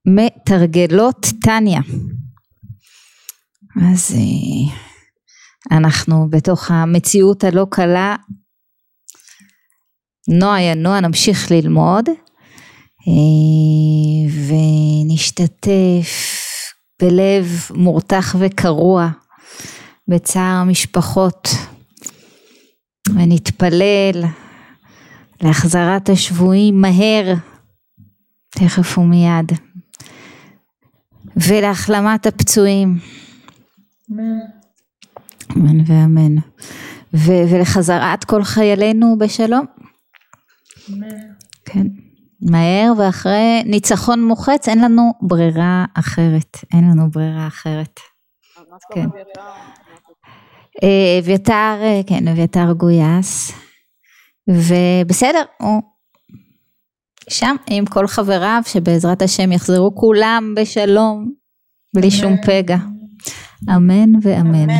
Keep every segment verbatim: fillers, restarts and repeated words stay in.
מתרגלות טניה. אז אנחנו בתוך המציאות הלא קלה, נועה ינוע, נמשיך ללמוד, ונשתתף בלב מורתח וקרוע, בצער המשפחות, ונתפלל להחזרת השבויים מהר, תכף ומיד, ולהחלמת הפצועים, אמן ואמן, ו- ולחזרת כל חיילינו בשלום, כן, מהר, ואחרי ניצחון מוחץ, אין לנו ברירה אחרת, אין לנו ברירה אחרת, כן. אביתר, כן, אביתר גויס, ובסדר, הוא שם עם כל חבריו, שבעזרת השם יחזרו כולם בשלום, בלי שום פגע, אמן ואמן,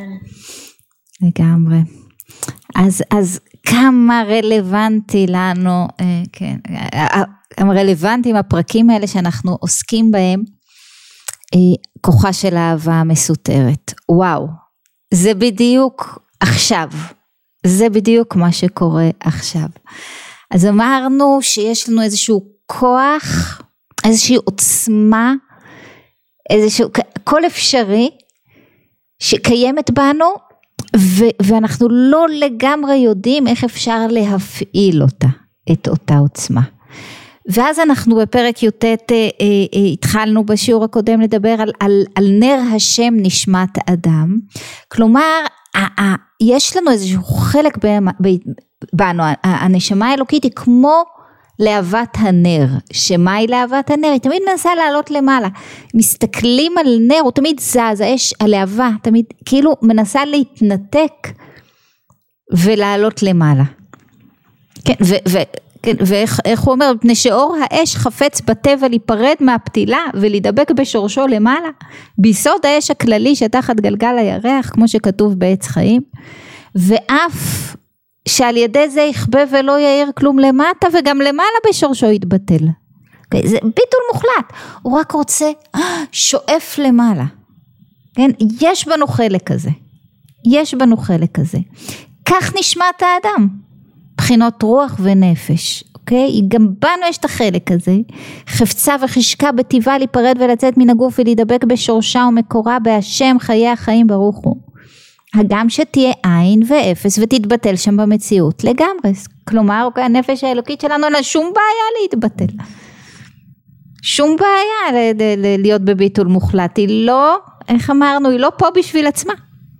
לגמרי. אז, אז כמה רלוונטי לנו, כן, כמה רלוונטיים הפרקים האלה שאנחנו עוסקים בהם, כוחה של האהבה המסותרת, וואו, זה בדיוק עכשיו, זה בדיוק מה שקורה עכשיו. אז אמרנו שיש לנו איזשהו כוח, איזושהי עוצמה, איזשהו, כל אפשרי שקיימת בנו, ו- ואנחנו לא לגמרי יודעים איך אפשר להפעיל אותה, את אותה עוצמה. ואז אנחנו בפרק י"ט אה, אה, אה, התחלנו בשיעור הקודם לדבר על, על, על נר השם נשמת אדם, כלומר ה- ה- יש לנו איזשהו חלק בנו, הנשמה האלוקית היא כמו להבת הנר, שמה היא להבת הנר? היא תמיד מנסה לעלות למעלה, מסתכלים על נר, הוא תמיד זז, האש, הלהבה, תמיד כאילו מנסה להתנתק ולעלות למעלה, כן, ו... ו כן, ואיך איך הוא אומר, מפני שאור האש חפץ בטבע להיפרד מהפתילה ולהידבק בשורשו למעלה, ביסוד האש הכללי שתחת גלגל הירח, כמו שכתוב בעץ חיים, ואף שעל ידי זה יכבה ולא יאיר כלום למטה, וגם למעלה בשורשו יתבטל. Okay, זה ביטול מוחלט, הוא רק רוצה, שואף למעלה. כן, יש בנו חלק כזה, יש בנו חלק כזה. כך נשמת האדם. בחינות רוח ונפש, אוקיי? גם בנו יש את החלק הזה, חפצה וחשקה בטבעה להיפרד ולצאת מן הגוף ולהידבק בשורשה ומקורה בהשם חיי החיים ברוך הוא. הגם שתהיה עין ואפס ותתבטל שם במציאות לגמרי, כלומר, אוקיי, הנפש האלוקית שלנו אין לה שום בעיה להתבטל. שום בעיה להיות בביטול מוחלט, היא לא, איך אמרנו, היא לא פה בשביל עצמה.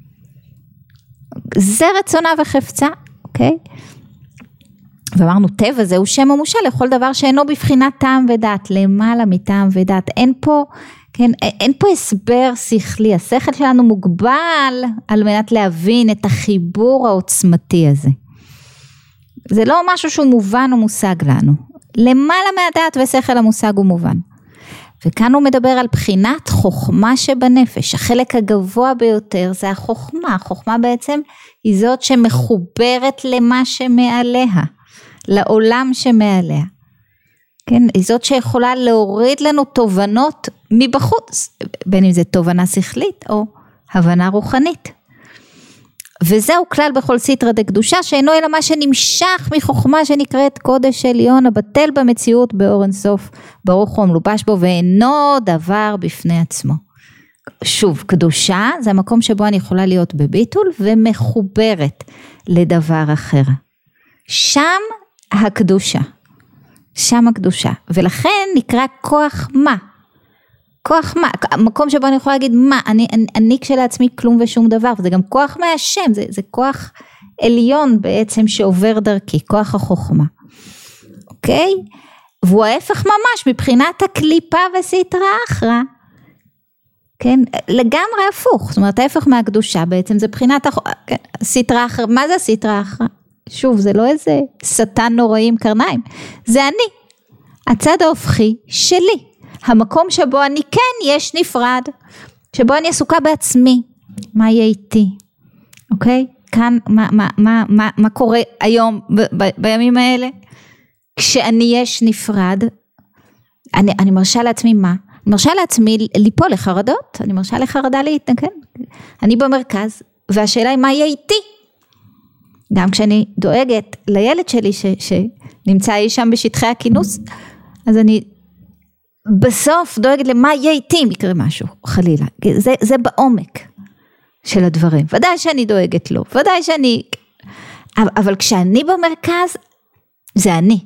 זה רצונה וחפצה, אוקיי? ואמרנו טבע זהו שם המושל לכל דבר שאינו בבחינת טעם ודעת, למעלה מטעם ודעת, אין פה, כן, אין פה הסבר שכלי, השכל שלנו מוגבל על מנת להבין את החיבור העוצמתי הזה, זה לא משהו שהוא מובן או מושג לנו, למעלה מהדעת ושכל המושג הוא מובן, וכאן הוא מדבר על בחינת חוכמה שבנפש, החלק הגבוה ביותר זה החוכמה, החוכמה בעצם היא זאת שמחוברת למה שמעליה, לעולם שמעליה, כן, היא זאת שיכולה להוריד לנו תובנות מבחוץ, בין אם זה תובנה שכלית או הבנה רוחנית, וזהו כלל בכל סתרא דקדושה, שאינו אלא מה שנמשך מחוכמה שנקראת קודש עליון, הבטל במציאות באור אין סוף, ברוך הוא המלובש בו, ואינו דבר בפני עצמו. שוב, קדושה זה המקום שבו אני יכולה להיות בביטול, ומחוברת לדבר אחר. שם הקדושה, שם הקדושה, ולכן נקרא כוח מה, כוח מה, המקום שבו אני יכולה להגיד מה, אני, אני, אני כשלעצמי כלום ושום דבר, וזה גם כוח מהשם, זה, זה כוח עליון בעצם שעובר דרכי, כוח החוכמה, אוקיי? והוא ההפך ממש מבחינת הקליפה וסתרא אחרא, כן, לגמרי הפוך, זאת אומרת ההפך מהקדושה בעצם זה בחינת סתרא אחרא, מה זה סתרא אחרא? שוב, זה לא איזה שטן נורא עם קרניים, זה אני, הצד ההופכי שלי, המקום שבו אני כן יש נפרד, שבו אני עסוקה בעצמי, מה יהיה איתי, אוקיי? כאן, מה, מה, מה, מה, מה קורה היום, ב, ב, בימים האלה, כשאני יש נפרד, אני, אני מרשה לעצמי מה? אני מרשה לעצמי ליפול לחרדות, אני מרשה לחרדה להתנגן, אני במרכז, והשאלה היא מה יהיה איתי? גם כשאני דואגת לילד שלי ש, שנמצא אי שם בשטחי הכינוס, אז אני בסוף דואגת למה יהיה איתי אם יקרה משהו, חלילה, זה, זה בעומק של הדברים, ודאי שאני דואגת לו, ודאי שאני, אבל כשאני במרכז, זה אני,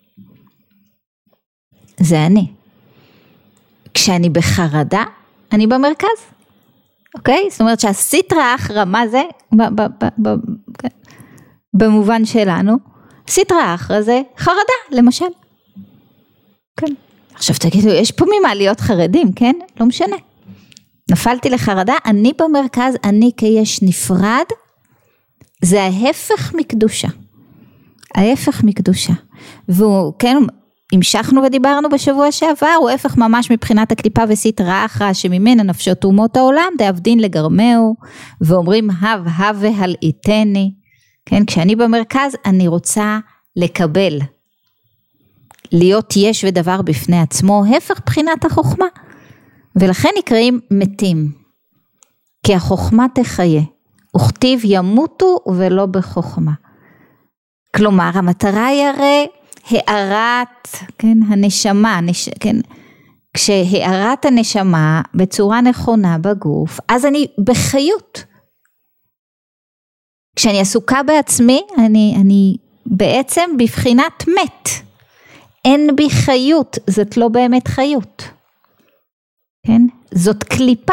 זה אני, כשאני בחרדה, אני במרכז, אוקיי? זאת אומרת שהסיטרא אחרא, מה זה? ב, ב, ב, ב, כן. במובן שלנו, סיטרא אחרא זה חרדה, למשל. כן. עכשיו תגידו, יש פה ממה להיות חרדים, כן? לא משנה. נפלתי לחרדה, אני במרכז, אני כיש נפרד, זה ההפך מקדושה. ההפך מקדושה. והוא, כן, המשכנו ודיברנו בשבוע שעבר, הוא ההפך ממש מבחינת הקליפה וסיטרא אחרא, שממנה נפשות אומות העולם, דאבדין לגרמהו, ואומרים הב הב והלעיתני, כן, כשאני במרכז, אני רוצה לקבל, להיות יש ודבר בפני עצמו, הפך בחינת החוכמה, ולכן נקראים מתים, כי החוכמה תחיה, וכתיב ימותו ולא בחוכמה, כלומר המטרה היא הרי הערת, כן, הנשמה, נש, כן, כשהערת הנשמה בצורה נכונה בגוף, אז אני בחיות, כשאני עסוקה בעצמי, אני, אני בעצם בבחינת מת, אין בי חיות, זאת לא באמת חיות, כן? זאת קליפה,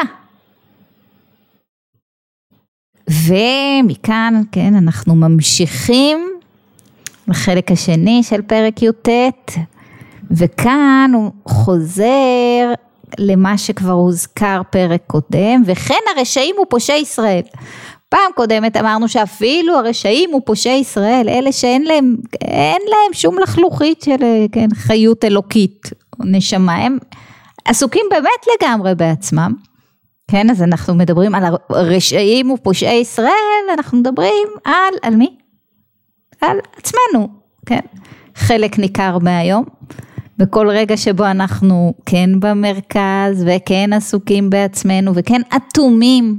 ומכאן, כן, אנחנו ממשיכים לחלק השני של פרק י"ט, וכאן הוא חוזר למה שכבר הוזכר פרק קודם, וכן הרשעים ופושעי ישראל. פעם קודמת אמרנו שאפילו הרשעים ופושעי ישראל, אלה שאין להם, אין להם שום לחלוכית של, כן, חיות אלוקית, נשמה, הם עסוקים באמת לגמרי בעצמם, כן, אז אנחנו מדברים על הרשעים ופושעי ישראל, אנחנו מדברים על, על מי? על עצמנו, כן, חלק ניכר מהיום, בכל רגע שבו אנחנו כן במרכז, וכן עסוקים בעצמנו, וכן אטומים,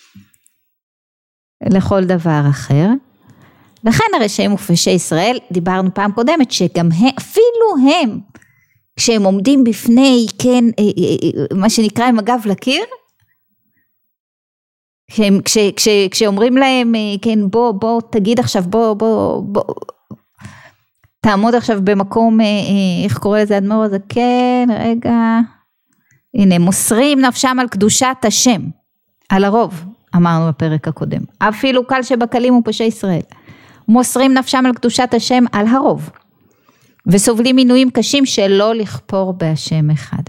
לכל דבר אחר, לכן הרשעים ופושעי ישראל, דיברנו פעם קודמת, שגם הם, אפילו הם, כשהם עומדים בפני, כן, מה שנקרא עם הגב לקיר, כשהם, כש, כש, כשאומרים להם, כן, בוא, בוא, תגיד עכשיו, בוא, בוא, בוא, תעמוד עכשיו במקום, איך קורא לזה אדמו"ר הזה, כן, רגע, הנה, מוסרים נפשם על קדושת השם, על הרוב, אמרנו בפרק הקודם, אפילו קל שבקלים ופושעי ישראל, מוסרים נפשם על קדושת השם על הרוב, וסובלים מינויים קשים שלא לכפור בהשם אחד.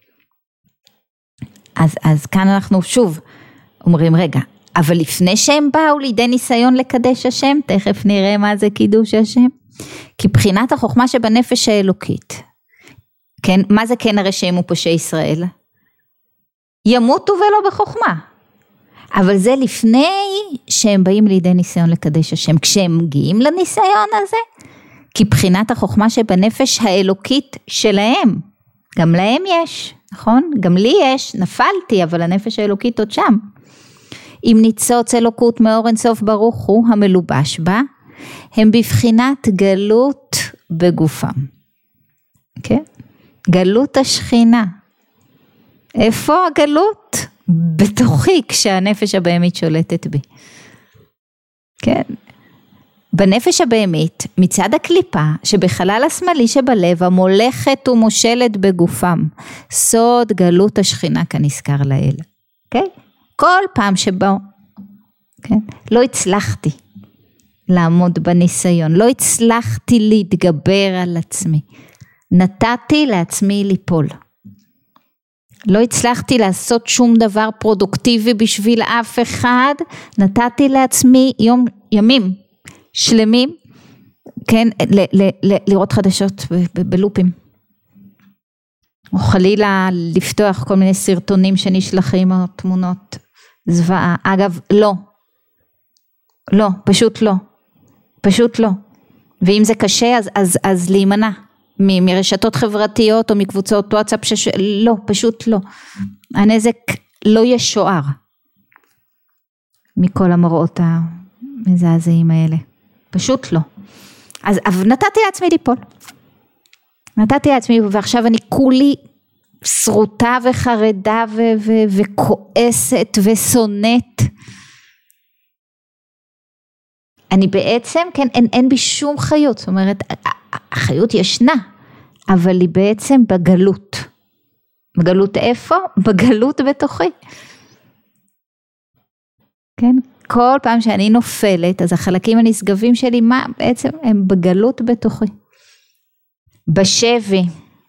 אז, אז כאן אנחנו שוב אומרים, רגע, אבל לפני שהם באו לידי ניסיון לקדש השם, תכף נראה מה זה קידוש השם, כי בחינת החוכמה שבנפש האלוקית, כן, מה זה כן הרשעים ופושעי ישראל? ימותו ולא בחוכמה, אבל זה לפני שהם באים לידי ניסיון לקדש השם, כשהם מגיעים לניסיון הזה, כי בחינת החוכמה שבנפש האלוקית שלהם, גם להם יש, נכון? גם לי יש, נפלתי, אבל הנפש האלוקית עוד שם. אם ניצוץ אלוקות מאור אינסוף ברוך הוא המלובש בה, הם בבחינת גלות בגופם. כן? גלות השכינה. איפה הגלות? בתוכי, כשהנפש הבהמית שולטת בי. כן? בנפש הבהמית, מצד הקליפה, שבחלל השמאלי שבלב, המולכת ומושלת בגופם, סוד גלות השכינה כנזכר לאל. כן? כל פעם שבו, כן? לא הצלחתי לעמוד בניסיון, לא הצלחתי להתגבר על עצמי, נתתי לעצמי ליפול. לא הצלחתי לעשות שום דבר פרודוקטיבי בשביל אף אחד, נתתי לעצמי יום, ימים שלמים, כן, ל, ל, ל, לראות חדשות ב, ב, בלופים. או חלילה לפתוח כל מיני סרטונים שנשלחים או תמונות זוועה. אגב, לא. לא, פשוט לא. פשוט לא. ואם זה קשה, אז, אז, אז להימנע מ- מרשתות חברתיות או מקבוצות וואטסאפ, שש... לא, פשוט לא. הנזק לא ישוער מכל המראות המזעזעים האלה. פשוט לא. אז נתתי לעצמי ליפול. נתתי לעצמי, ועכשיו אני כולי שרוטה וחרדה ו- ו- וכועסת ושונאת. אני בעצם, כן, אין, אין בי שום חיות, זאת אומרת, החיות ישנה, אבל היא בעצם בגלות. בגלות איפה? בגלות בתוכי. כן? כל פעם שאני נופלת, אז החלקים הנשגבים שלי, מה בעצם? הם בגלות בתוכי. בשבי.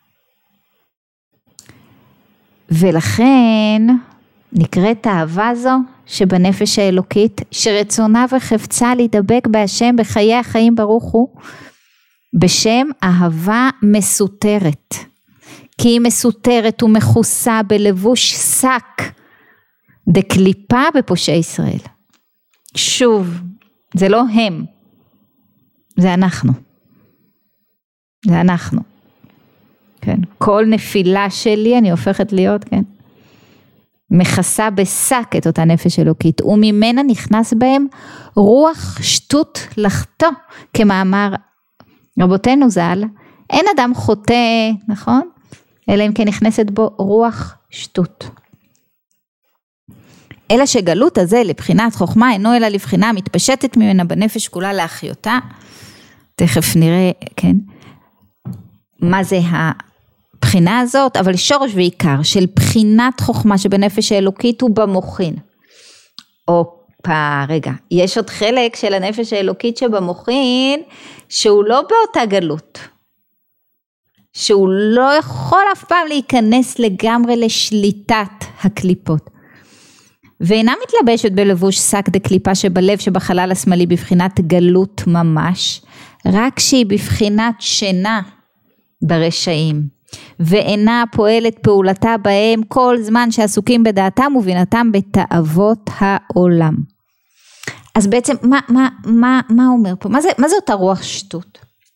ולכן נקראת אהבה זו שבנפש האלוקית, שרצונה וחפצה להידבק בהשם בחיי החיים ברוך הוא, בשם אהבה מסותרת. כי היא מסותרת ומכוסה בלבוש שק דקליפה בפושעי ישראל. שוב, זה לא הם, זה אנחנו. זה אנחנו. כן, כל נפילה שלי אני הופכת להיות, כן, מכסה בשק את אותה נפש אלוקית, וממנה נכנס בהם רוח שטות לחטוא, כמאמר רבותינו ז"ל, אין אדם חוטא, נכון? אלא אם כן נכנסת בו רוח שטות. אלא שגלות הזה לבחינת חוכמה אינו אלא לבחינה מתפשטת ממנה בנפש כולה להחיותה. תכף נראה, כן, מה זה הבחינה הזאת, אבל שורש ועיקר של בחינת חוכמה שבנפש האלוקית הוא במוחין. אופה, רגע, יש עוד חלק של הנפש האלוקית שבמוחין, שהוא לא באותה גלות. שהוא לא יכול אף פעם להיכנס לגמרי לשליטת הקליפות. ואינה מתלבשת בלבוש שק דקליפה שבלב שבחלל השמאלי בבחינת גלות ממש, רק שהיא בבחינת שינה ברשעים, ואינה פועלת פעולתה בהם כל זמן שעסוקים בדעתם ובינתם בתאוות העולם. אז בעצם מה, מה, מה, מה אומר פה? מה זה, מה זה אותה רוח שטות?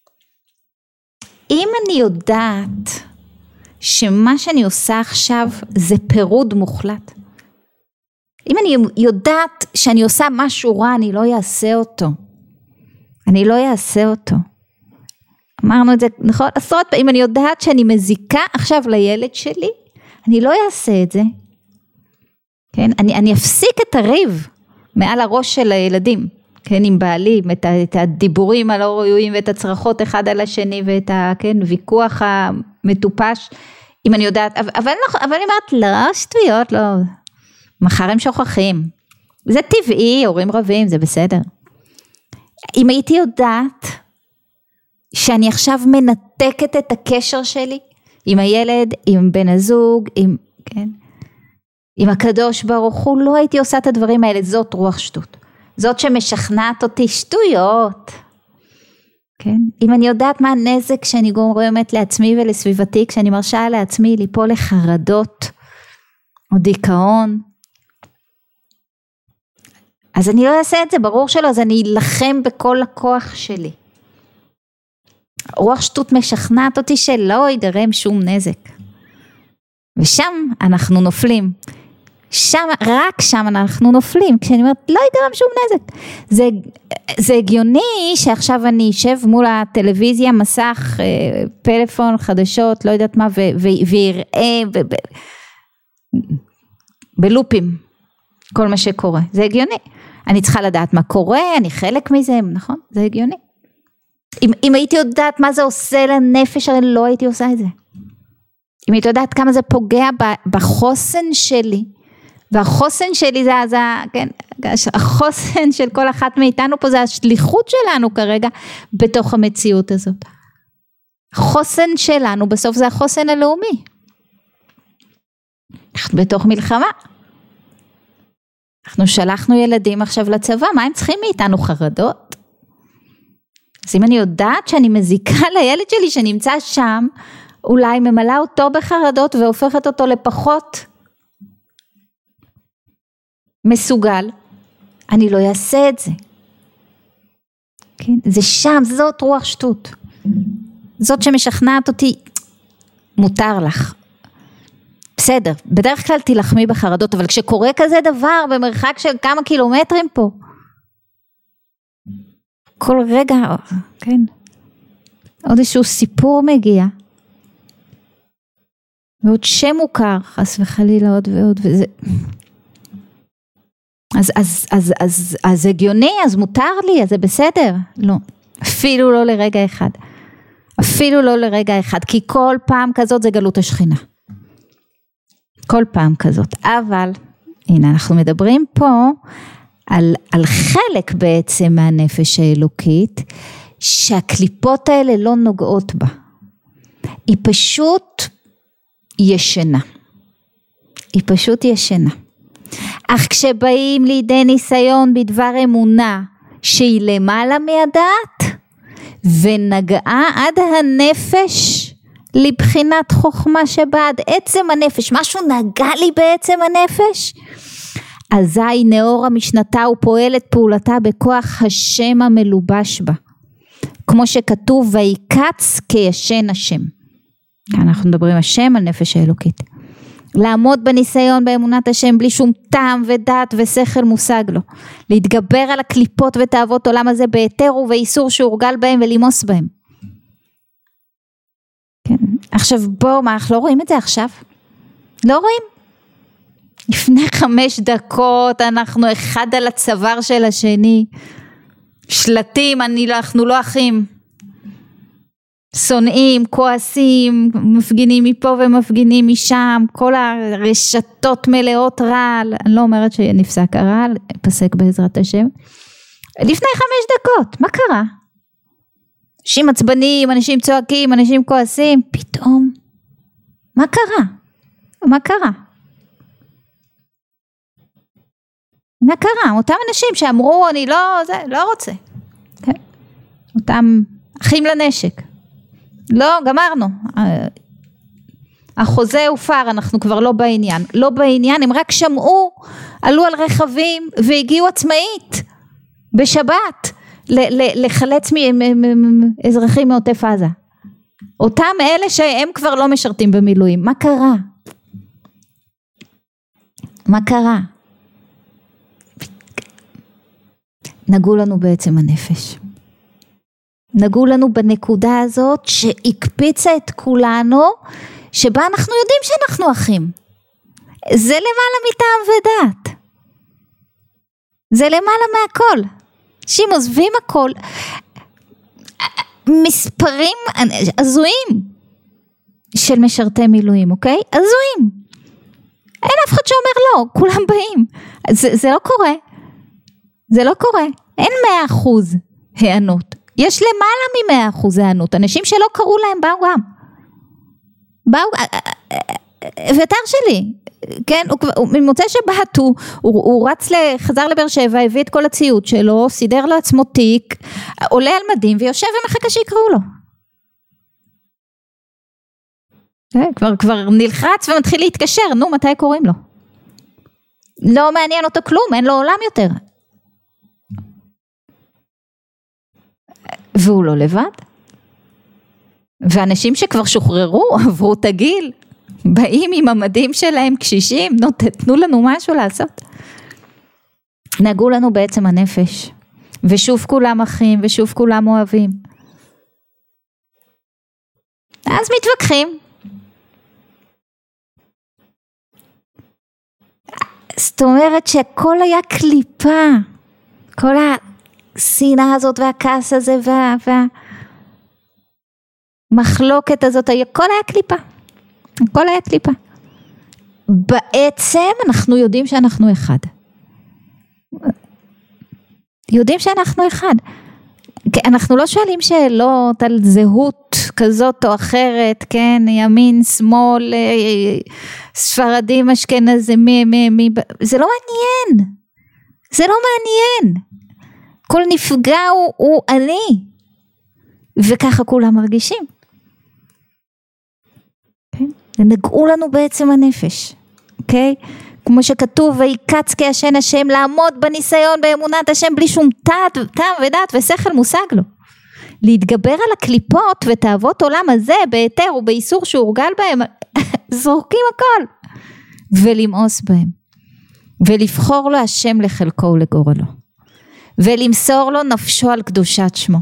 אם אני יודעת שמה שאני עושה עכשיו זה פירוד מוחלט, אם אני יודעת שאני עושה משהו רע, אני לא אעשה אותו. אני לא אעשה אותו. אמרנו את זה, נכון? עשרות פעמים, אם אני יודעת שאני מזיקה עכשיו לילד שלי, אני לא אעשה את זה. כן? אני, אני אפסיק את הריב מעל הראש של הילדים. כן, עם בעלים, את, את הדיבורים הלא ראויים ואת הצרחות אחד על השני ואת ה, כן, ויכוח המטופש. אם אני יודעת, אבל, אבל, אבל אני אומרת, לא, שטויות, לא. מחר הם שוכחים. זה טבעי, הורים רבים, זה בסדר. אם הייתי יודעת שאני עכשיו מנתקת את הקשר שלי עם הילד, עם בן הזוג, עם, כן, עם הקדוש ברוך הוא, לא הייתי עושה את הדברים האלה, זאת רוח שטות. זאת שמשכנעת אותי שטויות. כן? אם אני יודעת מה הנזק שאני גורמת לעצמי ולסביבתי, כשאני מרשה לעצמי ליפול לחרדות או דיכאון, אז אני לא אעשה את זה, ברור שלא, אז אני אלחם בכל הכוח שלי. רוח שטות משכנעת אותי שלא ייגרם שום נזק. ושם אנחנו נופלים. שם, רק שם אנחנו נופלים, כשאני אומרת, לא ייגרם שום נזק. זה, זה הגיוני שעכשיו אני אשב מול הטלוויזיה, מסך, פלאפון, חדשות, לא יודעת מה, ויראה, בלופים, כל מה שקורה. זה הגיוני. אני צריכה לדעת מה קורה, אני חלק מזה, נכון? זה הגיוני. אם, אם הייתי יודעת מה זה עושה לנפש, הרי לא הייתי עושה את זה. אם הייתי יודעת כמה זה פוגע בחוסן שלי, והחוסן שלי זה, זה, כן, החוסן של כל אחת מאיתנו פה, זה השליחות שלנו כרגע, בתוך המציאות הזאת. החוסן שלנו, בסוף זה החוסן הלאומי. אנחנו בתוך מלחמה. אנחנו שלחנו ילדים עכשיו לצבא, מה הם צריכים מאיתנו? חרדות? אז אם אני יודעת שאני מזיקה לילד שלי שנמצא שם, אולי ממלאה אותו בחרדות והופכת אותו לפחות מסוגל, אני לא אעשה את זה. כן? זה שם, זאת רוח שטות. זאת שמשכנעת אותי, מותר לך. בסדר, בדרך כלל תלחמי בחרדות, אבל כשקורה כזה דבר במרחק של כמה קילומטרים פה, כל רגע, כן, עוד איזשהו סיפור מגיע, ועוד שם מוכר, חס וחלילה עוד ועוד, וזה... אז, אז, אז, אז, אז הגיוני, אז מותר לי, אז זה בסדר. לא, אפילו לא לרגע אחד. אפילו לא לרגע אחד, כי כל פעם כזאת זה גלות השכינה. כל פעם כזאת. אבל, הנה, אנחנו מדברים פה על, על חלק בעצם מהנפש האלוקית, שהקליפות האלה לא נוגעות בה. היא פשוט ישנה. היא פשוט ישנה. אך כשבאים לידי ניסיון בדבר אמונה שהיא למעלה מהדעת ונגעה עד הנפש לבחינת חוכמה שבעד עצם הנפש, משהו נגע לי בעצם הנפש, אזי נאור המשנתה ופועלת פעולתה בכוח השם המלובש בה, כמו שכתוב ויקץ כישן השם. אנחנו מדברים השם על נפש האלוקית. לעמוד בניסיון באמונת השם בלי שום טעם ודעת ושכל מושג לו. להתגבר על הקליפות ותאוות עולם הזה בהיתר ובאיסור שהורגל בהם ולמוס בהם. כן. עכשיו בואו, מה, אנחנו לא רואים את זה עכשיו? לא רואים? לפני חמש דקות אנחנו אחד על הצוואר של השני. שלטים, אני, אנחנו לא אחים. שונאים, כועסים, מפגינים מפה ומפגינים משם, כל הרשתות מלאות רעל, אני לא אומרת שנפסק הרעל, פסק בעזרת השם, לפני חמש דקות, מה קרה? אנשים עצבנים, אנשים צועקים, אנשים כועסים, פתאום, מה קרה? מה קרה? מה קרה? אותם אנשים שאמרו, אני לא, זה, לא רוצה, כן? אותם אחים לנשק, לא, גמרנו, החוזה הופר, אנחנו כבר לא בעניין, לא בעניין, הם רק שמעו, עלו על רכבים והגיעו עצמאית בשבת לחלץ מאזרחים מעוטף עזה, אותם אלה שהם כבר לא משרתים במילואים. מה קרה? מה קרה? נגעו לנו בעצם הנפש, נגעו לנו בנקודה הזאת שהקפיצה את כולנו, שבה אנחנו יודעים שאנחנו אחים. זה למעלה מטעם ודעת. זה למעלה מהכל. אנשים עוזבים הכל. מספרים הזויים של משרתי מילואים, אוקיי? הזויים. אין אף אחד שאומר לא, כולם באים. זה, זה לא קורה. זה לא קורה. אין מאה אחוז הענות. יש למעלה ממאה אחוז הענות, אנשים שלא קראו להם באו גם, באו, ותר שלי, כן, הוא ממוצא שבת, הוא, הוא, הוא רץ, חזר לבאר שבע, הביא את כל הציוד שלו, סידר לעצמו תיק, עולה על מדים ויושב ומחכה שיקראו לו, כבר, כבר נלחץ ומתחיל להתקשר, נו מתי קוראים לו, לא מעניין אותו כלום, אין לו עולם יותר, והוא לא לבד. ואנשים שכבר שוחררו, עברו את הגיל, באים עם המדים שלהם קשישים, נו תתנו לנו משהו לעשות. נגעו לנו בעצם הנפש, ושוב כולם אחים, ושוב כולם אוהבים. אז מתווכחים. זאת אומרת שהכל היה קליפה, כל ה... השנאה הזאת והכעס הזה וה, והמחלוקת הזאת, הכל היה קליפה, הכל היה קליפה. בעצם אנחנו יודעים שאנחנו אחד. יודעים שאנחנו אחד. אנחנו לא שואלים שאלות על זהות כזאת או אחרת, כן, ימין, שמאל, ספרדים, אשכנזים, מי, מי, מי, זה לא מעניין. זה לא מעניין. כל נפגע הוא, הוא אני, וככה כולם מרגישים. כן? ונגעו לנו בעצם הנפש, אוקיי? כמו שכתוב, ויקץ כישן השם, לעמוד בניסיון באמונת השם, בלי שום טעם ודעת ושכל מושג לו. להתגבר על הקליפות ותאוות עולם הזה בהיתר ובאיסור שהורגל בהם, זורקים הכל, ולמאוס בהם, ולבחור לו השם לחלקו ולגורלו, ולמסור לו נפשו על קדושת שמו.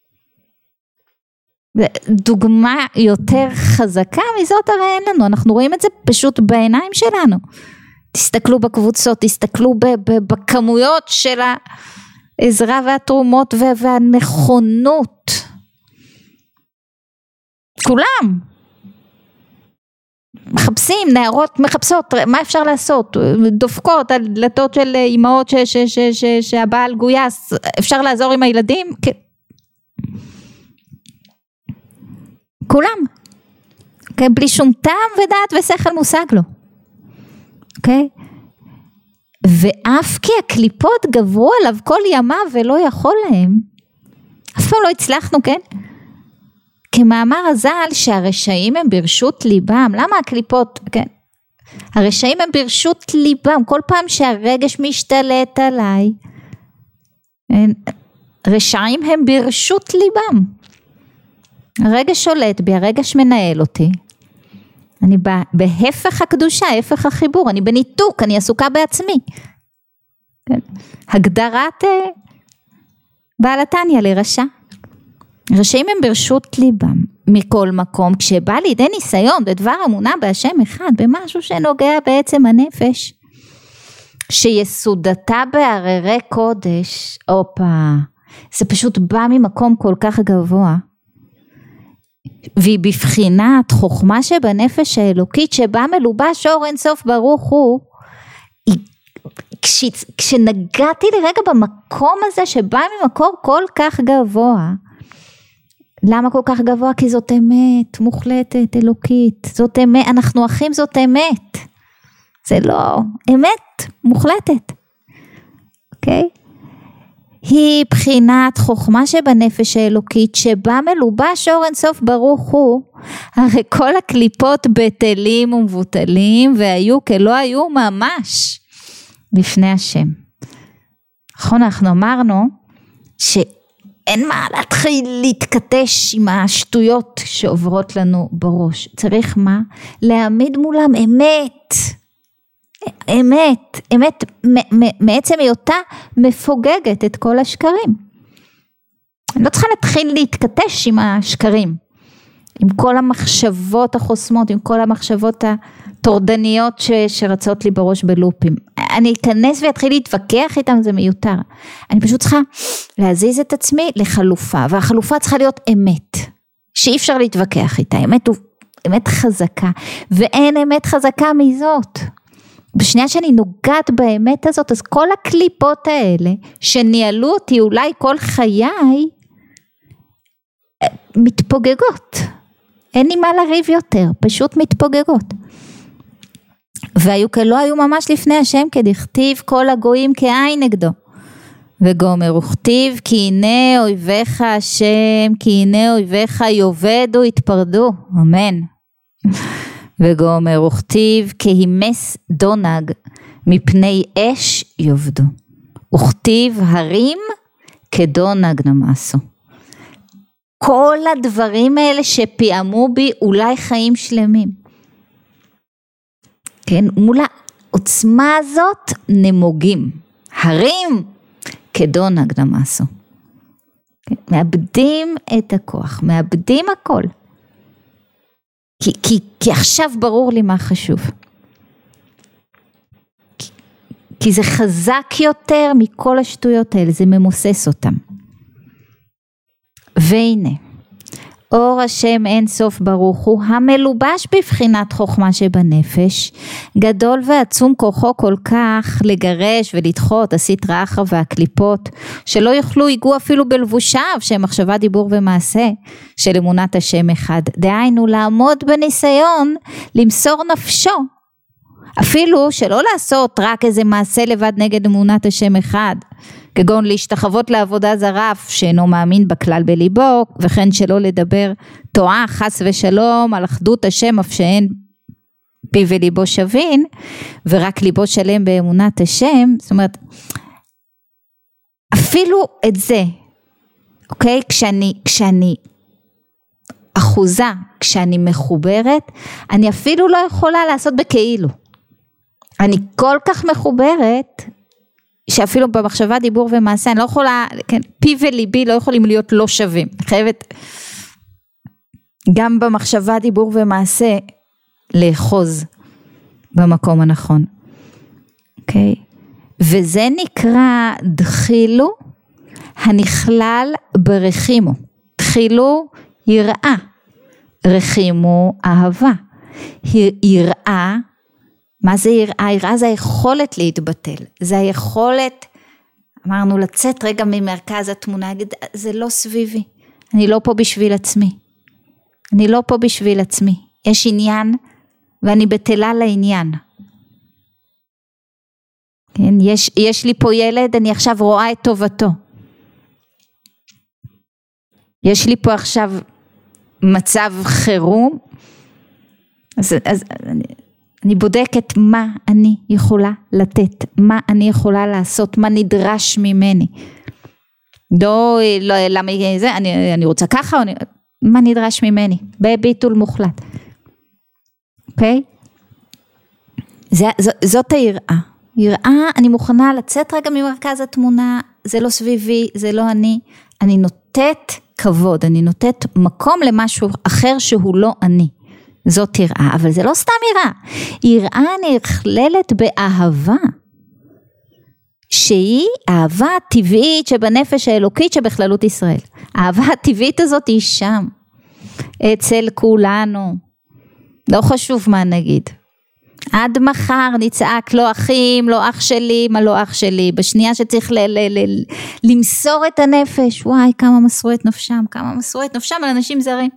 דוגמה יותר חזקה מזאת הרי אין לנו, אנחנו רואים את זה פשוט בעיניים שלנו. תסתכלו בקבוצות, תסתכלו בכמויות של העזרה והתרומות והנכונות. כולם מחפשים, נערות מחפשות, מה אפשר לעשות? דופקות על דלתות של אמהות שהבעל גויס, אפשר לעזור עם הילדים? כולם. Okay, בלי שום טעם ודעת ושכל מושג לו. אוקיי? Okay? ואף כי הקליפות גברו עליו כל ימה ולא יכול להם, אף פעם לא הצלחנו, כן? כמאמר הזל שהרשעים הם ברשות ליבם, למה הקליפות, כן? הרשעים הם ברשות ליבם, כל פעם שהרגש משתלט עליי, רשעים הם ברשות ליבם, הרגש שולט בי, הרגש מנהל אותי, אני בהפך הקדושה, הפך החיבור, אני בניתוק, אני עסוקה בעצמי. כן. הגדרת בעל התניא לרשע. רשעים הם ברשות ליבם, מכל מקום, כשבא לידי ניסיון בדבר אמונה בהשם אחד, במשהו שנוגע בעצם הנפש, שיסודתה בהררי קודש, אופה, זה פשוט בא ממקום כל כך גבוה, והיא בבחינת חוכמה שבנפש האלוקית שבה מלובש אור אין סוף ברוך הוא. כש, כשנגעתי לרגע במקום הזה שבא ממקור כל כך גבוה, למה כל כך גבוה? כי זאת אמת מוחלטת אלוקית, זאת אמת, אנחנו אחים, זאת אמת, זה לא אמת מוחלטת, אוקיי? היא בחינת חוכמה שבנפש האלוקית שבה מלובש אור אינסוף ברוך הוא, הרי כל הקליפות בטלים ומבוטלים והיו כלא היו ממש לפני השם. נכון, אנחנו אמרנו שאין מה להתחיל להתכתש עם השטויות שעוברות לנו בראש, צריך מה? להעמיד מולם אמת, אמת, אמת מעצם היותה מפוגגת את כל השקרים. אני לא צריכה להתחיל להתכתש עם השקרים, עם כל המחשבות החוסמות, עם כל המחשבות הטורדניות ש, שרצות לי בראש בלופים. אני אכנס ואתחיל להתווכח איתם, זה מיותר. אני פשוט צריכה להזיז את עצמי לחלופה, והחלופה צריכה להיות אמת, שאי אפשר להתווכח איתה. אמת הוא אמת חזקה, ואין אמת חזקה מזאת. בשנייה שאני נוגעת באמת הזאת, אז כל הקליפות האלה שניהלו אותי אולי כל חיי מתפוגגות. אין לי מה לריב יותר, פשוט מתפוגגות. והיו כלא היו ממש לפני השם, כדכתיב כל הגויים כעין נגדו. וגומר וכתיב כי הנה אויביך השם, כי הנה אויביך יאבדו יתפרדו. אמן. וגומר וכתיב כהימס דונג מפני אש יאבדו. וכתיב הרים כדונג נמאסו. כל הדברים האלה שפיעמו בי אולי חיים שלמים. כן, מול העוצמה הזאת נמוגים. הרים כדונג נמאסו. כן, מאבדים את הכוח, מאבדים הכל. כי, כי, כי עכשיו ברור לי מה חשוב. כי, כי זה חזק יותר מכל השטויות האלה, זה ממוסס אותם. והנה, אור השם אין סוף ברוך הוא, המלובש בבחינת חוכמה שבנפש, גדול ועצום כוחו כל כך לגרש ולדחות הסטרא אחרא והקליפות, שלא יוכלו היגעו אפילו בלבושיו, שהם מחשבה דיבור ומעשה, של אמונת השם אחד. דהיינו, לעמוד בניסיון, למסור נפשו, אפילו שלא לעשות רק איזה מעשה לבד נגד אמונת השם אחד, כגון להשתחוות לעבודה זרה שאינו מאמין בכלל בליבו, וכן שלא לדבר תועה חס ושלום על אחדות השם אף שאין פי וליבו שווין, ורק ליבו שלם באמונת השם. זאת אומרת, אפילו את זה, אוקיי? כשאני, כשאני אחוזה, כשאני מחוברת, אני אפילו לא יכולה לעשות בכאילו. אני כל כך מחוברת, שאפילו במחשבה, דיבור ומעשה, אני לא יכולה, כן, פי וליבי לא יכולים להיות לא שווים. אני חייבת גם במחשבה, דיבור ומעשה, לאחוז במקום הנכון. אוקיי? וזה נקרא דחילו הנכלל ברחימו. דחילו יראה, רחימו אהבה. יראה, מה זה יראה? יראה זה היכולת להתבטל, זה היכולת, אמרנו, לצאת רגע ממרכז התמונה, זה לא סביבי, אני לא פה בשביל עצמי, אני לא פה בשביל עצמי, יש עניין ואני בטלה לעניין. כן, יש, יש לי פה ילד, אני עכשיו רואה את טובתו. יש לי פה עכשיו מצב חירום, אז, אז אני, אני בודקת מה אני יכולה לתת, מה אני יכולה לעשות, מה נדרש ממני. לא, לא, למה זה, אני, אני רוצה ככה, אני, מה נדרש ממני, בביטול מוחלט. אוקיי? זה, ז, זאת היראה. יראה, אני מוכנה לצאת רגע ממרכז התמונה, זה לא סביבי, זה לא אני, אני נותנת כבוד, אני נותנת מקום למשהו אחר שהוא לא אני. זאת יראה, אבל זה לא סתם יראה, יראה נכללת באהבה, שהיא אהבה טבעית שבנפש האלוקית שבכללות ישראל. האהבה הטבעית הזאת היא שם, אצל כולנו, לא חשוב מה נגיד. עד מחר נצעק לא אחים, לא אח שלי, מה לא אח שלי, בשנייה שצריך ל- ל- ל- למסור את הנפש, וואי כמה מסרו את נפשם, כמה מסרו את נפשם על אנשים זרים.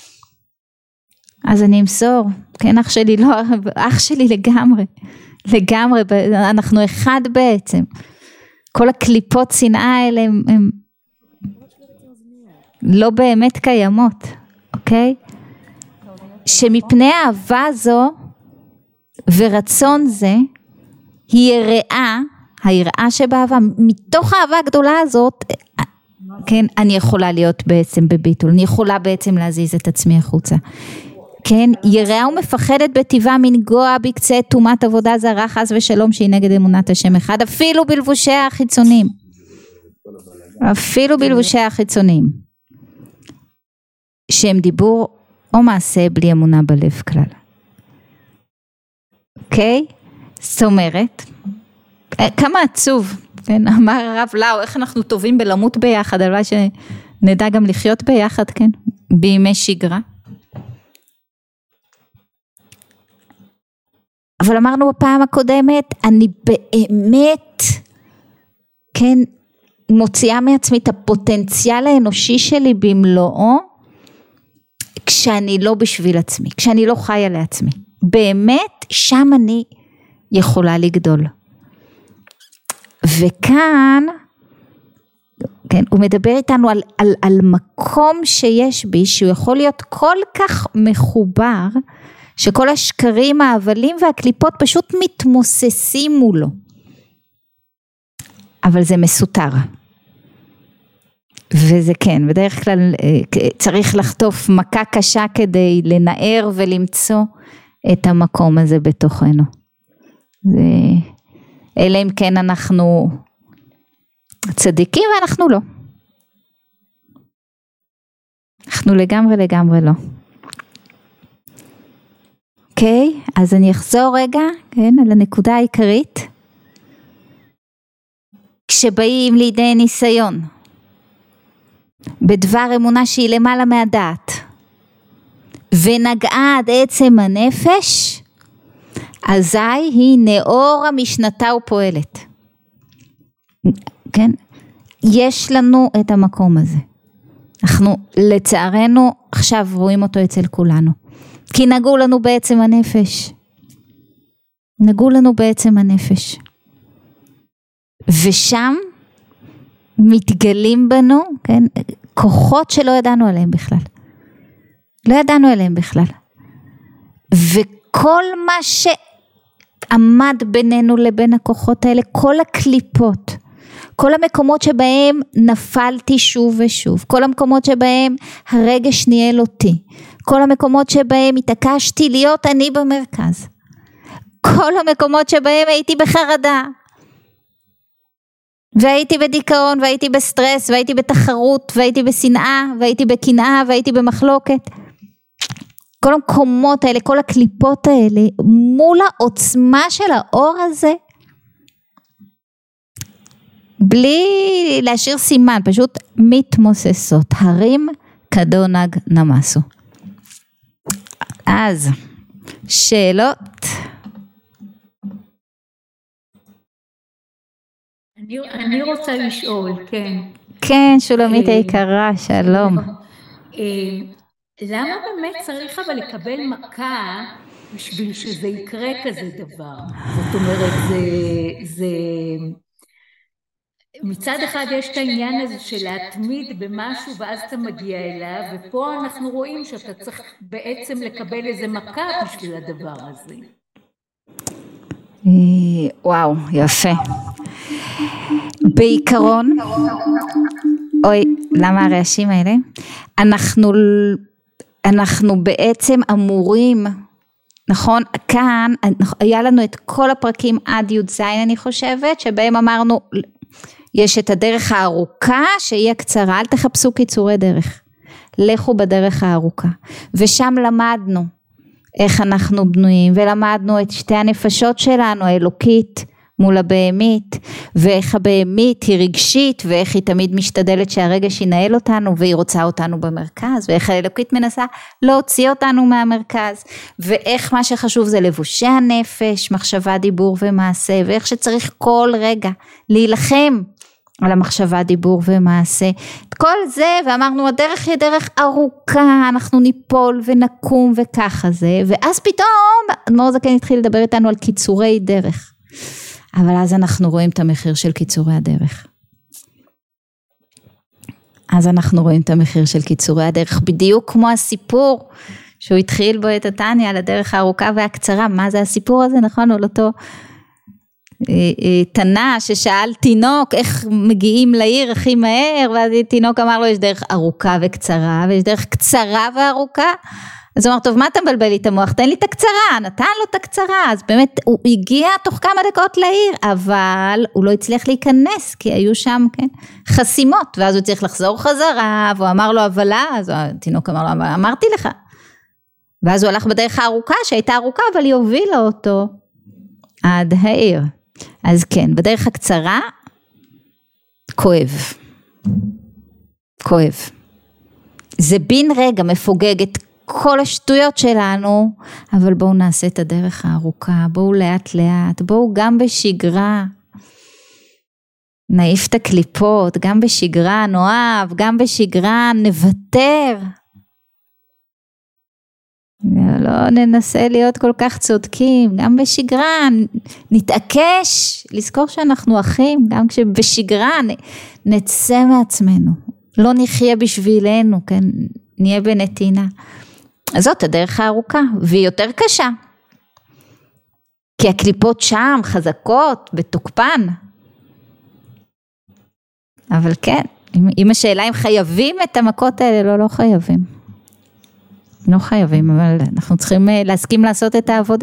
אז אני אמסור, כן אח שלי, לא, אח שלי לגמרי, לגמרי, אנחנו אחד בעצם. כל הקליפות שנאה האלה הם, הם לא באמת קיימות, אוקיי? שמפני האהבה זו ורצון זה, היא יראה, היראה שבאהבה, מתוך האהבה הגדולה הזאת, כן, אני יכולה להיות בעצם בביטול, אני יכולה בעצם להזיז את עצמי החוצה. כן, יראה ומפחדת בטבעה מנגוע בקצה תומת עבודה זרה חס ושלום שהיא נגד אמונת השם אחד, אפילו בלבושי החיצונים, אפילו בלבושי החיצונים, שהם דיבור או מעשה בלי אמונה בלב כלל. אוקיי? זאת אומרת, כמה עצוב, כן, אמר הרב לאו, איך אנחנו טובים בלמות ביחד, אבל שנדע גם לחיות ביחד, כן, בימי שגרה. אבל אמרנו בפעם הקודמת, אני באמת, כן, מוציאה מעצמי את הפוטנציאל האנושי שלי במלואו, כשאני לא בשביל עצמי, כשאני לא חיה לעצמי. באמת, שם אני יכולה לגדול. וכאן, כן, הוא מדבר איתנו על, על, על מקום שיש בי, שהוא יכול להיות כל כך מחובר, שכל השקרים, העבלים והקליפות פשוט מתמוססים מולו. אבל זה מסותר. וזה כן, בדרך כלל צריך לחטוף מכה קשה כדי לנער ולמצוא את המקום הזה בתוכנו. זה, אלא אם כן אנחנו צדיקים ואנחנו לא. אנחנו לגמרי לגמרי לא. אוקיי, okay, אז אני אחזור רגע, כן, על הנקודה העיקרית. כשבאים לידי ניסיון, בדבר אמונה שהיא למעלה מהדעת, ונגעה עד עצם הנפש, אזי היא נאור המשנתה ופועלת. כן, יש לנו את המקום הזה. אנחנו לצערנו עכשיו רואים אותו אצל כולנו. כי נגעו לנו בעצם הנפש. נגעו לנו בעצם הנפש. ושם מתגלים בנו, כן, כוחות שלא ידענו עליהם בכלל. לא ידענו עליהם בכלל. וכל מה שעמד בינינו לבין הכוחות האלה, כל הקליפות, כל המקומות שבהם נפלתי שוב ושוב, כל המקומות שבהם הרגש ניהל אותי, כל המקומות שבהם התעקשתי להיות אני במרכז, כל המקומות שבהם הייתי בחרדה, והייתי בדיכאון, והייתי בסטרס, והייתי בתחרות, והייתי בשנאה, והייתי בקנאה, והייתי במחלוקת. כל המקומות האלה, כל הקליפות האלה, מול העוצמה של האור הזה, בלי להשאיר סימן, פשוט מתמוססות, הרים כדונג נמסו. אז, שאלות? אני, אני רוצה לשאול, כן. כן, שולמית היקרה, שלום. למה באמת צריך אבל לקבל מכה בשביל שזה יקרה כזה דבר? זאת אומרת, זה, זה... מצד אחד יש את העניין הזה של להתמיד במשהו ואז אתה מגיע אליו, ופה אנחנו רואים שאתה צריך בעצם לקבל איזה מכה בשביל הדבר הזה. וואו, יפה. בעיקרון, אוי, למה הרעשים האלה? אנחנו, אנחנו בעצם אמורים, נכון, כאן היה לנו את כל הפרקים עד י' ז' אני חושבת, שבהם אמרנו, יש את הדרך הארוכה שהיא הקצרה, אל תחפשו קיצורי דרך, לכו בדרך הארוכה, ושם למדנו איך אנחנו בנויים, ולמדנו את שתי הנפשות שלנו, האלוקית מול הבהמית, ואיך הבהמית היא רגשית, ואיך היא תמיד משתדלת שהרגש ינהל אותנו, והיא רוצה אותנו במרכז, ואיך האלוקית מנסה להוציא אותנו מהמרכז, ואיך מה שחשוב זה לבושי הנפש, מחשבה, דיבור ומעשה, ואיך שצריך כל רגע להילחם על המחשבה, דיבור ומעשה, כל זה, ואמרנו הדרך היא דרך ארוכה, אנחנו ניפול ונקום וככה זה, ואז פתאום, אדמו"ר זקן התחיל לדבר איתנו על קיצורי דרך, אבל אז אנחנו רואים את המחיר של קיצורי הדרך. אז אנחנו רואים את המחיר של קיצורי הדרך, בדיוק כמו הסיפור, שהוא התחיל בו את התניה, על הדרך הארוכה והקצרה, מה זה הסיפור הזה, נכון? על אותו תנא ששאל תינוק, איך מגיעים לעיר הכי מהר, ואז תינוק אמר לו, יש דרך ארוכה וקצרה, ויש דרך קצרה וארוכה, אז הוא אמר, טוב, מה אתה מבלבל לי את המוח? תן לי את הקצרה, נתן לו את הקצרה, אז באמת הוא הגיע תוך כמה דקות לעיר, אבל הוא לא הצליח להיכנס, כי היו שם, כן, חסימות, ואז הוא צריך לחזור חזרה, והוא אמר לו, אבל לא, אז התינוק אמר לו, אבל אמרתי לך, ואז הוא הלך בדרך הארוכה, שהייתה ארוכה, אבל היא הובילה אותו עד העיר. אז כן, בדרך הקצרה, כואב, כואב. זה בין רגע מפוגג את כל השטויות שלנו, אבל בואו נעשה את הדרך הארוכה, בואו לאט לאט, בואו גם בשגרה, נעיף את הקליפות, גם בשגרה נאהב, גם בשגרה נוותר, לא ננסה להיות כל כך צודקים, גם בשגרה נתעקש, לזכור שאנחנו אחים, גם כשבשגרה נצא מעצמנו, לא נחיה בשבילנו, כן, נהיה בנתינה. אז זאת הדרך הארוכה, והיא יותר קשה, כי הקליפות שם חזקות, בתוקפן, אבל כן, אם השאלה אם חייבים את המכות האלה, לא, לא חייבים. לא חייבים, אבל אנחנו צריכים להסכים לעשות את העבודה.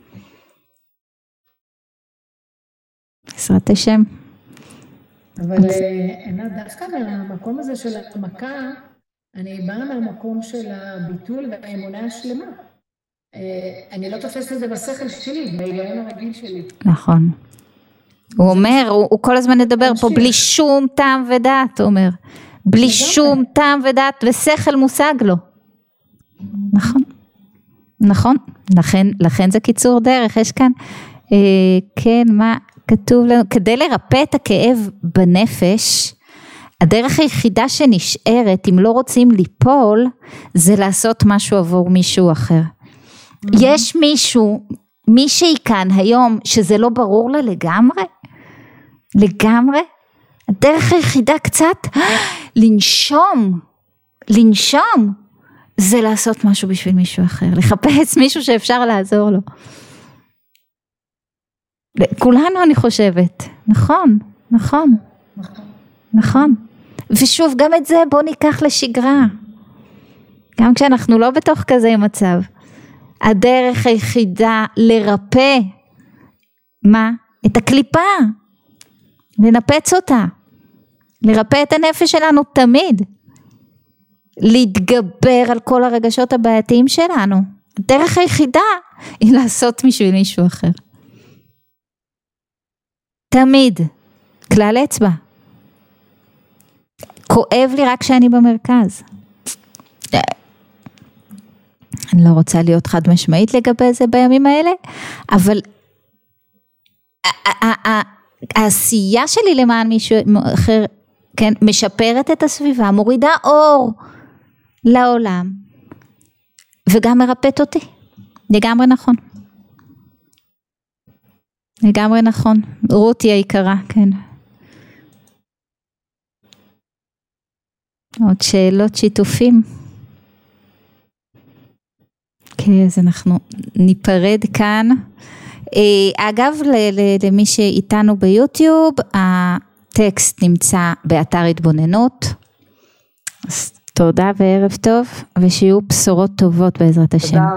בעזרת השם. אבל אינה דווקא מהמקום הזה של המכה, אני באה מהמקום של הביטול והאמונה השלמה. אני לא תופסת את זה בשכל שלי, בהיגיון הרגיל שלי. נכון. הוא אומר, הוא כל הזמן מדבר פה בלי שום טעם ודעת, הוא אומר. בלי שום טעם ודעת ושכל מושג לו. נכון, נכון, לכן, לכן זה קיצור דרך, יש כאן, אה, כן, מה כתוב לנו, כדי לרפא את הכאב בנפש, הדרך היחידה שנשארת, אם לא רוצים ליפול, זה לעשות משהו עבור מישהו אחר. Mm-hmm. יש מישהו, מישהי כאן היום, שזה לא ברור לה לגמרי, לגמרי, הדרך היחידה קצת, לנשום, לנשום, זה לעשות משהו בשביל מישהו אחר, לחפש מישהו שאפשר לעזור לו. כולנו אני חושבת, נכון, נכון. נכון. נכון. ושוב, גם את זה בוא ניקח לשגרה. גם כשאנחנו לא בתוך כזה מצב. הדרך היחידה לרפא, מה? את הקליפה. לנפץ אותה. לרפא את הנפש שלנו תמיד. להתגבר על כל הרגשות הבעייתיים שלנו. הדרך היחידה היא לעשות בשביל מישהו אחר. תמיד. כלל אצבע. כואב לי רק כשאני במרכז. אני לא רוצה להיות חד משמעית לגבי זה בימים האלה, אבל העשייה שלי למען מישהו אחר, כן, משפרת את הסביבה, מורידה אור לעולם, וגם מרפאת אותי. לגמרי נכון. לגמרי נכון. רותי היקרה, כן. עוד שאלות, שיתופים. כן, אז אנחנו ניפרד כאן. אגב, למי שאיתנו ביוטיוב, הטקסט נמצא באתר התבוננות. אז תודה וערב טוב, ושיהיו בשורות טובות בעזרת השם.